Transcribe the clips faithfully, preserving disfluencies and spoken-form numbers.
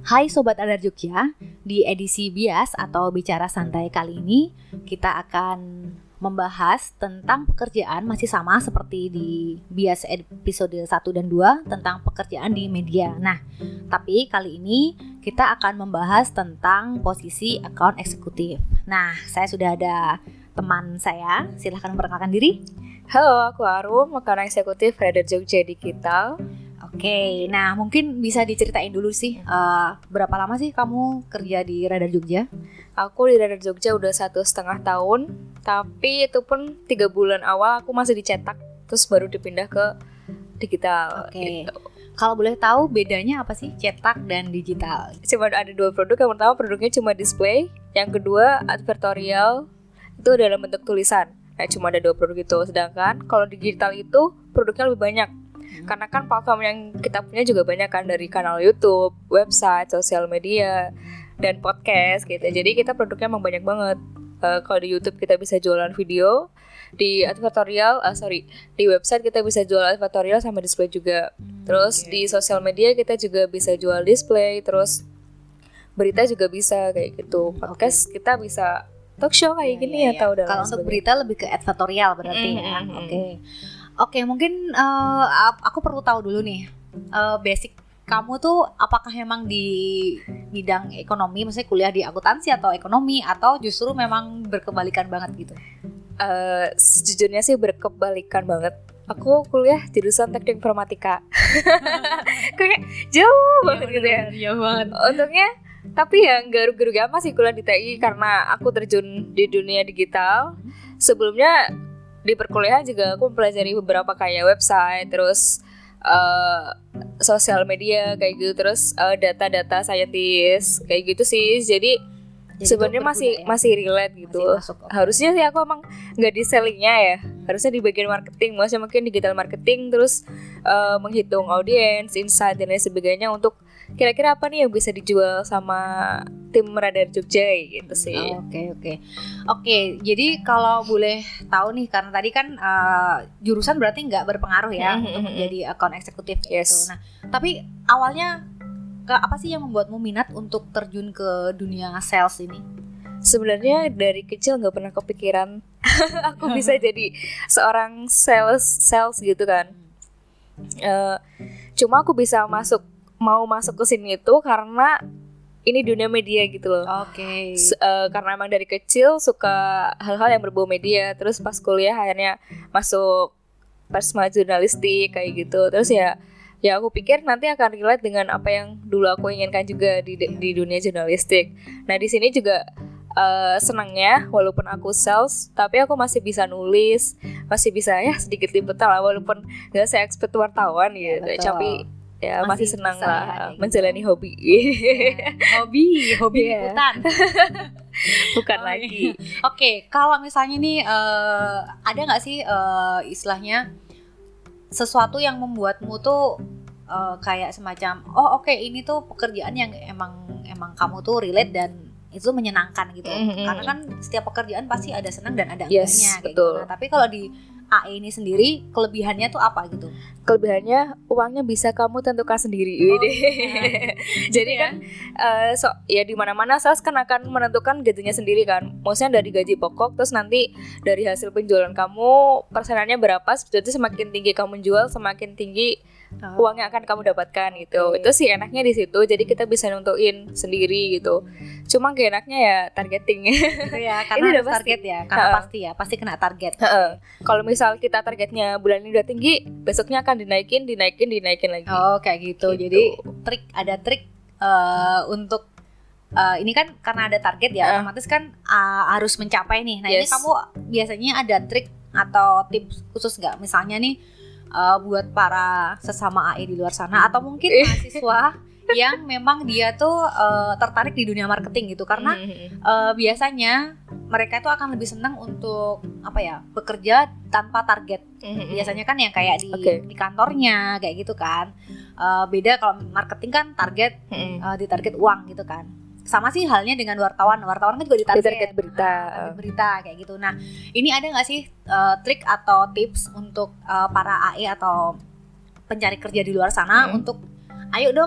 Hai Sobat Radar Jogja, di edisi Bias atau Bicara Santai kali ini kita akan membahas tentang pekerjaan masih sama seperti di Bias episode satu dan dua tentang pekerjaan di media. Nah, tapi kali ini kita akan membahas tentang posisi account eksekutif. Nah, saya sudah ada teman saya, silahkan memperkenalkan diri. Halo, aku Arum, account eksekutif Radar Jogja Digital. Oke, nah mungkin bisa diceritain dulu sih uh, berapa lama sih kamu kerja di Radar Jogja? Aku di Radar Jogja udah satu setengah tahun, tapi itu pun tiga bulan awal aku masih dicetak, terus baru dipindah ke digital. Oke. Gitu. Kalau boleh tahu bedanya apa sih cetak dan digital? Cuma ada dua produk. Yang pertama produknya cuma display, yang kedua advertorial itu dalam bentuk tulisan. Nah, cuma ada dua produk itu. Sedangkan kalau digital itu produknya lebih banyak. Karena kan platform yang kita punya juga banyak kan, dari kanal YouTube, website, sosial media, dan podcast gitu. Jadi kita produknya emang banyak banget. Uh, kalau di YouTube kita bisa jualan video, di advertorial, uh, sorry, di website kita bisa jual advertorial sama display juga. Terus okay. Di sosial media kita juga bisa jual display, terus berita juga bisa kayak gitu. Podcast okay. Kita bisa talk show kayak ya, gini ya, ya, ya. Tahu. Kalau untuk berita lebih ke advertorial berarti mm-hmm. ya. Oke. Okay. Oke, mungkin uh, aku perlu tahu dulu nih, uh, basic kamu tuh apakah memang di bidang ekonomi, maksudnya kuliah di akuntansi atau ekonomi, atau justru memang berkebalikan banget gitu? Uh, sejujurnya sih berkebalikan banget. Aku kuliah jurusan teknik informatika. Kayak jauh banget gitu ya. Jauh banget. Untungnya, tapi ya nggak rugi-rugi amat sih kuliah di T I, karena aku terjun di dunia digital. Sebelumnya di perkuliahan juga aku mempelajari beberapa kayak website, terus uh, sosial media kayak gitu, terus uh, data-data saintis kayak gitu sih. Jadi, Jadi sebenarnya masih ya? masih relate gitu. Masih masuk, okay. Harusnya sih aku emang nggak di sellingnya ya, hmm. harusnya di bagian marketing, maksudnya mungkin digital marketing, terus uh, menghitung audiens, insight dan lain sebagainya untuk kira-kira apa nih yang bisa dijual sama tim Radar Jogja gitu sih. Oke oh, oke okay, oke. Okay. Oke, jadi kalau boleh tahu nih, karena tadi kan uh, jurusan berarti nggak berpengaruh ya mm-hmm. untuk menjadi account eksekutif yes. gitu. Nah, tapi awalnya ke, apa sih yang membuatmu minat untuk terjun ke dunia sales ini? Sebenarnya dari kecil nggak pernah kepikiran aku bisa jadi seorang sales sales gitu kan. Uh, cuma aku bisa masuk mau masuk ke sini itu karena ini dunia media gitu loh. Oke. Okay. S- uh, karena emang dari kecil suka hal-hal yang berbau media. Terus pas kuliah akhirnya masuk persma jurnalistik kayak gitu. Terus ya, ya aku pikir nanti akan relate dengan apa yang dulu aku inginkan juga di di dunia jurnalistik. Nah di sini juga uh, senangnya walaupun aku sales, tapi aku masih bisa nulis, masih bisa ya sedikit liputan lah, walaupun nggak se expert wartawan gitu. Ya, tapi ya masih, masih senang lah ya, menjalani gitu. Hobi ya, hobi hobi yeah. liputan bukan oh, lagi. Oke, okay, kalau misalnya nih uh, ada nggak sih uh, istilahnya sesuatu yang membuatmu tuh uh, kayak semacam oh oke okay, ini tuh pekerjaan yang emang emang kamu tuh relate dan itu menyenangkan gitu. Mm-hmm. Karena kan setiap pekerjaan pasti ada senang dan ada yes, enggaknya kayak betul. gitu. Nah, tapi kalau di A E ini sendiri kelebihannya tuh apa gitu? Kelebihannya uangnya bisa kamu tentukan sendiri. Oh, ya. Jadi ya? kan uh, so ya di mana-mana sales kan akan menentukan gajinya sendiri kan. Maksudnya dari gaji pokok, terus nanti dari hasil penjualan kamu persenannya berapa. Jadi semakin tinggi kamu jual, semakin tinggi oh. uang yang akan kamu dapatkan gitu. Okay. Itu sih enaknya di situ. Jadi kita bisa nentuin sendiri gitu. Cuma gak enaknya ya targeting. Gitu ya, karena ada target ya. Karena uh, pasti ya, pasti kena target. Uh, kalau misal kita targetnya bulan ini udah tinggi, besoknya akan dinaikin, dinaikin, dinaikin lagi. Oh kayak gitu. gitu. Jadi trik ada trik uh, untuk uh, ini kan karena ada target ya, uh. otomatis kan uh, harus mencapai nih. Nah yes. Ini kamu biasanya ada trik atau tips khusus nggak? Misalnya nih uh, buat para sesama A E di luar sana atau mungkin mahasiswa yang memang dia tuh uh, tertarik di dunia marketing gitu, karena mm-hmm. uh, biasanya mereka tuh akan lebih senang untuk apa ya bekerja tanpa target. Mm-hmm. Biasanya kan yang kayak di okay. di kantornya kayak gitu kan. Uh, beda kalau marketing kan target mm-hmm. uh, di target uang gitu kan. Sama sih halnya dengan wartawan. Wartawan kan juga di target berita, uh, berita kayak gitu. Nah ini ada nggak sih uh, trik atau tips untuk uh, para A E atau pencari kerja di luar sana mm-hmm. untuk ayo dong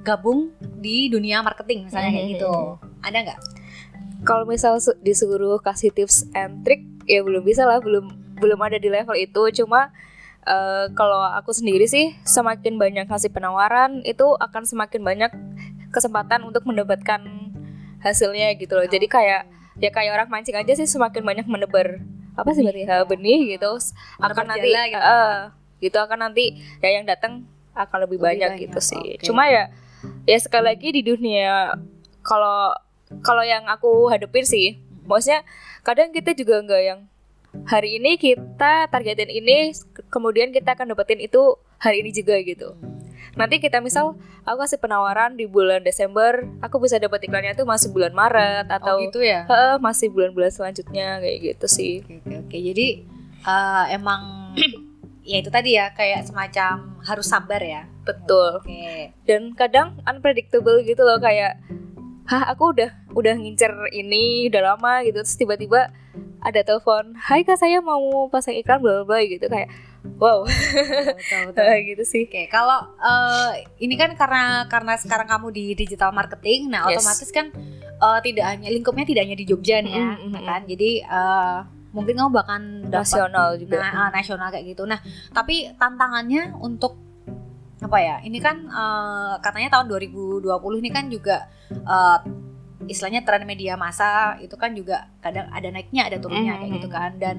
gabung di dunia marketing misalnya kayak gitu. Ada nggak? Kalau misal disuruh kasih tips and trick ya belum bisa lah, belum belum ada di level itu. Cuma uh, kalau aku sendiri sih semakin banyak kasih penawaran itu akan semakin banyak kesempatan untuk mendapatkan hasilnya gitu loh. Jadi kayak ya kayak orang mancing aja sih, semakin banyak menebar apa sih berarti ya, benih gitu akan nanti gitu. Uh, gitu akan nanti ya yang datang akan lebih, lebih banyak, banyak gitu sih. Okay. Cuma ya ya sekali lagi di dunia kalau kalau yang aku hadepin sih, maksudnya kadang kita juga enggak yang hari ini kita targetin ini kemudian kita akan dapetin itu hari ini juga gitu. Nanti kita misal aku kasih penawaran di bulan Desember, aku bisa dapat iklannya tuh masih bulan Maret atau oh, gitu ya? he, masih bulan-bulan selanjutnya kayak gitu sih. Oke oke, oke. Jadi uh, emang ya itu tadi ya kayak semacam harus sabar ya. Betul. Oke. Dan kadang unpredictable gitu loh, kayak hah aku udah udah ngincer ini udah lama gitu, terus tiba-tiba ada telepon, hai kak saya mau pasang iklan bla bla bla gitu, kayak wow. Betul, betul. gitu sih. Oke, kalau uh, ini kan karena karena sekarang kamu di digital marketing, nah yes. otomatis kan uh, tidak hanya lingkupnya tidak hanya di Jogja nih ya, mm-hmm. kan. Jadi uh, mungkin kamu bahkan nasional juga, nah, uh, nasional kayak gitu. Nah, tapi tantangannya untuk apa ya? Ini kan uh, katanya tahun dua ribu dua puluh ini kan juga uh, istilahnya tren media massa itu kan juga kadang ada naiknya ada turunnya mm-hmm. kayak gitu kan, dan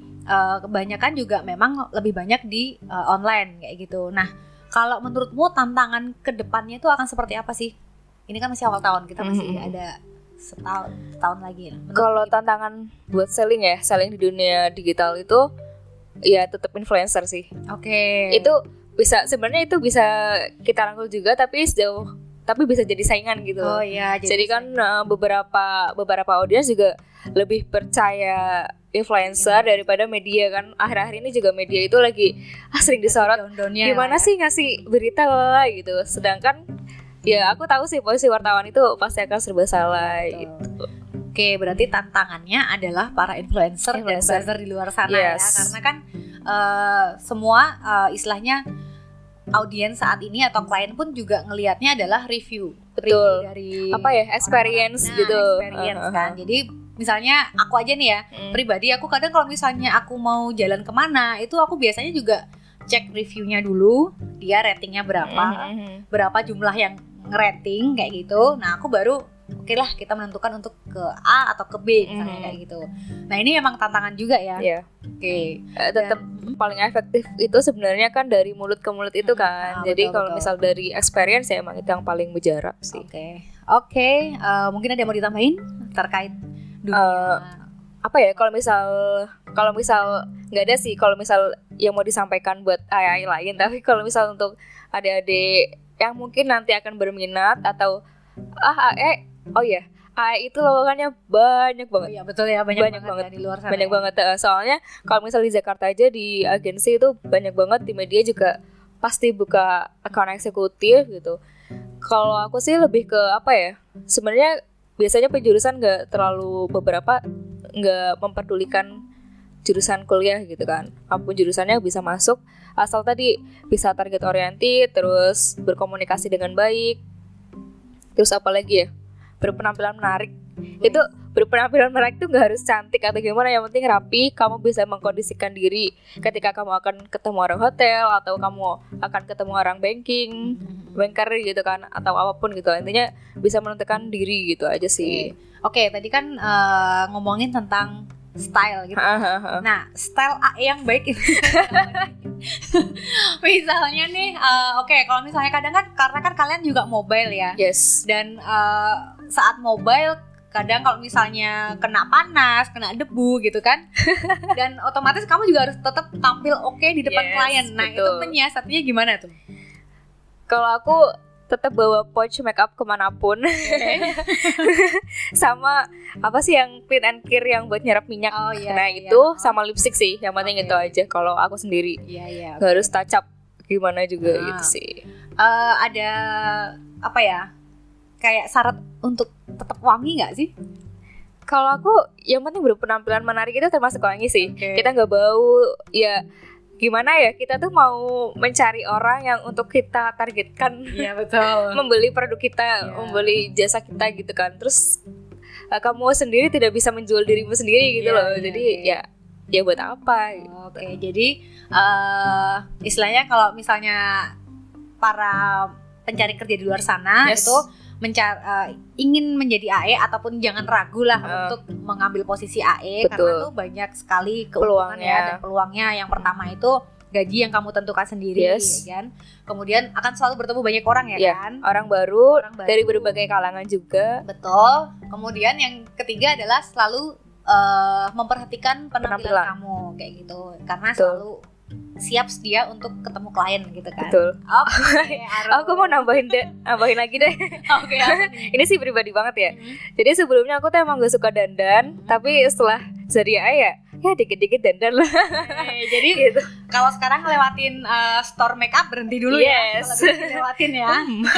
Uh, kebanyakan juga memang lebih banyak di uh, online kayak gitu. Nah, kalau menurutmu tantangan kedepannya itu akan seperti apa sih? Ini kan masih awal tahun, kita masih mm-hmm. ada setahun, setahun lagi. Kalau tantangan buat selling ya, selling di dunia digital itu ya tetap influencer sih. Oke. Okay. Itu bisa sebenarnya itu bisa kita rangkul juga, tapi sejauh tapi bisa jadi saingan gitu. Oh iya. Jadi, jadi kan uh, beberapa beberapa audiens juga lebih percaya influencer daripada media kan. Akhir-akhir ini juga media itu lagi ah, sering disorot gimana ya? sih ngasih berita lah gitu. Sedangkan ya aku tahu sih posisi wartawan itu pasti akan serba salah. Betul. Gitu. Oke, berarti tantangannya adalah para influencer, influencer. dan buzzer di luar sana yes. ya, karena kan uh, semua uh, istilahnya audiens saat ini atau klien pun juga ngelihatnya adalah review, betul review dari apa ya experience nah, gitu, experience uh-huh. kan. Jadi misalnya aku aja nih ya hmm. pribadi, aku kadang kalau misalnya aku mau jalan kemana itu aku biasanya juga cek reviewnya dulu, dia ratingnya berapa, hmm. berapa jumlah yang ngerating kayak gitu. Nah aku baru oke okay lah kita menentukan untuk ke A atau ke B misalnya hmm. kayak gitu. Nah ini emang tantangan juga ya. Yeah. Oke. Okay. Uh, tetap Dan, paling efektif itu sebenarnya kan dari mulut ke mulut itu kan. Ah, Jadi kalau misal dari experience ya emang itu yang paling berjarak sih. Oke. Okay. Oke. Okay. Uh, mungkin ada yang mau ditambahin terkait dunia uh, apa ya? Kalau misal kalau misal nggak ada sih. Kalau misal yang mau disampaikan buat A I lain. Tapi kalau misal untuk adik-adik yang mungkin nanti akan berminat atau ah eh oh ya, A I itu lowongannya banyak banget. Oh iya betul ya, banyak, banyak banget, banget ya, di luar sana. Banyak ya. banget. Soalnya kalau misal di Jakarta aja di agensi itu banyak banget, di media juga pasti buka account eksekutif gitu. Kalau aku sih lebih ke apa ya? Sebenarnya biasanya penjurusan nggak terlalu beberapa nggak memperdulikan jurusan kuliah gitu kan. Apapun jurusannya bisa masuk asal tadi bisa target oriented, terus berkomunikasi dengan baik. Terus apa lagi ya? Berpenampilan menarik. Itu berpenampilan menarik itu nggak harus cantik atau gimana, yang penting rapi. Kamu bisa mengkondisikan diri ketika kamu akan ketemu orang hotel atau kamu akan ketemu orang banking, banker gitu kan, atau apapun gitu. Intinya bisa menentukan diri gitu aja sih. Oke, okay, tadi kan uh, ngomongin tentang style gitu. Nah, style A yang baik itu misalnya nih, uh, oke okay, kalau misalnya kadang kan karena kan kalian juga mobile ya. Yes. Dan uh, saat mobile kadang kalau misalnya kena panas, kena debu gitu kan, dan otomatis kamu juga harus tetap tampil oke okay di depan yes, klien. Nah betul. Itu menyiasatinya gimana tuh? Kalau aku tetap bawa pouch makeup kemanapun, okay. sama apa sih yang clean and clear yang buat nyerap minyak. Oh, iya, nah iya. itu sama lipstick sih, yang penting okay. itu aja. Kalau aku sendiri, iya, iya, okay. gak harus touch up gimana juga nah. gitu sih. Uh, ada apa ya? Kayak syarat untuk tetap wangi nggak sih? Kalau aku, yang penting berpenampilan menarik itu termasuk wangi sih. Okay. Kita nggak bau, ya gimana ya, kita tuh mau mencari orang yang untuk kita targetkan. Iya betul. Membeli produk kita, yeah. membeli jasa kita gitu kan. Terus uh, kamu sendiri tidak bisa menjual dirimu sendiri gitu yeah, loh. Yeah, jadi yeah. ya ya buat apa? Oke, okay, jadi uh, istilahnya kalau misalnya para pencari kerja di luar sana yes. itu mencar uh, ingin menjadi A E ataupun jangan ragu lah uh, untuk mengambil posisi A E, betul. Karena tuh banyak sekali keuntungan ya dan peluangnya. Yang pertama itu gaji yang kamu tentukan sendiri, yes. ya kan. Kemudian akan selalu bertemu banyak orang ya, ya kan. Orang baru, orang baru dari berbagai kalangan juga. Betul. Kemudian yang ketiga adalah selalu uh, memperhatikan penampilan, penampilan kamu kayak gitu, karena betul. Selalu siap sedia untuk ketemu klien gitu kan. Betul. Oke. Okay, aku mau nambahin deh, nambahin lagi deh. Oke. Okay, ini sih pribadi banget ya. Mm-hmm. Jadi sebelumnya aku tuh emang gak suka dandan, mm-hmm. tapi setelah jadi A ya, ya dikit-dikit dandan lah. Okay, jadi gitu. Kalau sekarang ngelewatin uh, store makeup berhenti dulu yes. ya. Kalau lewatin ya.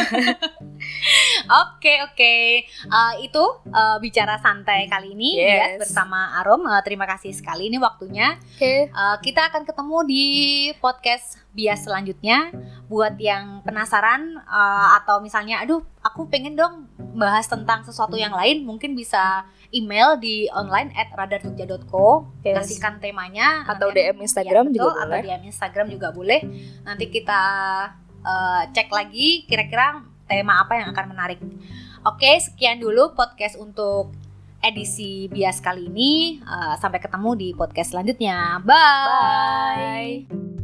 Oke oke. Uh, itu uh, bicara santai kali ini yes. ya bersama Arum. Uh, terima kasih sekali ini waktunya. Okay. Uh, kita akan ketemu di podcast Bias selanjutnya. Buat yang penasaran uh, atau misalnya aduh aku pengen dong bahas tentang sesuatu yang lain, mungkin bisa email di online at radar jogja dot co, yes. kasihkan temanya atau D M Instagram ya, betul, juga atau boleh. D M Instagram juga boleh. Nanti kita uh, cek lagi kira-kira tema apa yang akan menarik. Oke, sekian dulu podcast untuk edisi Bias kali ini. Uh, sampai ketemu di podcast selanjutnya. Bye. Bye.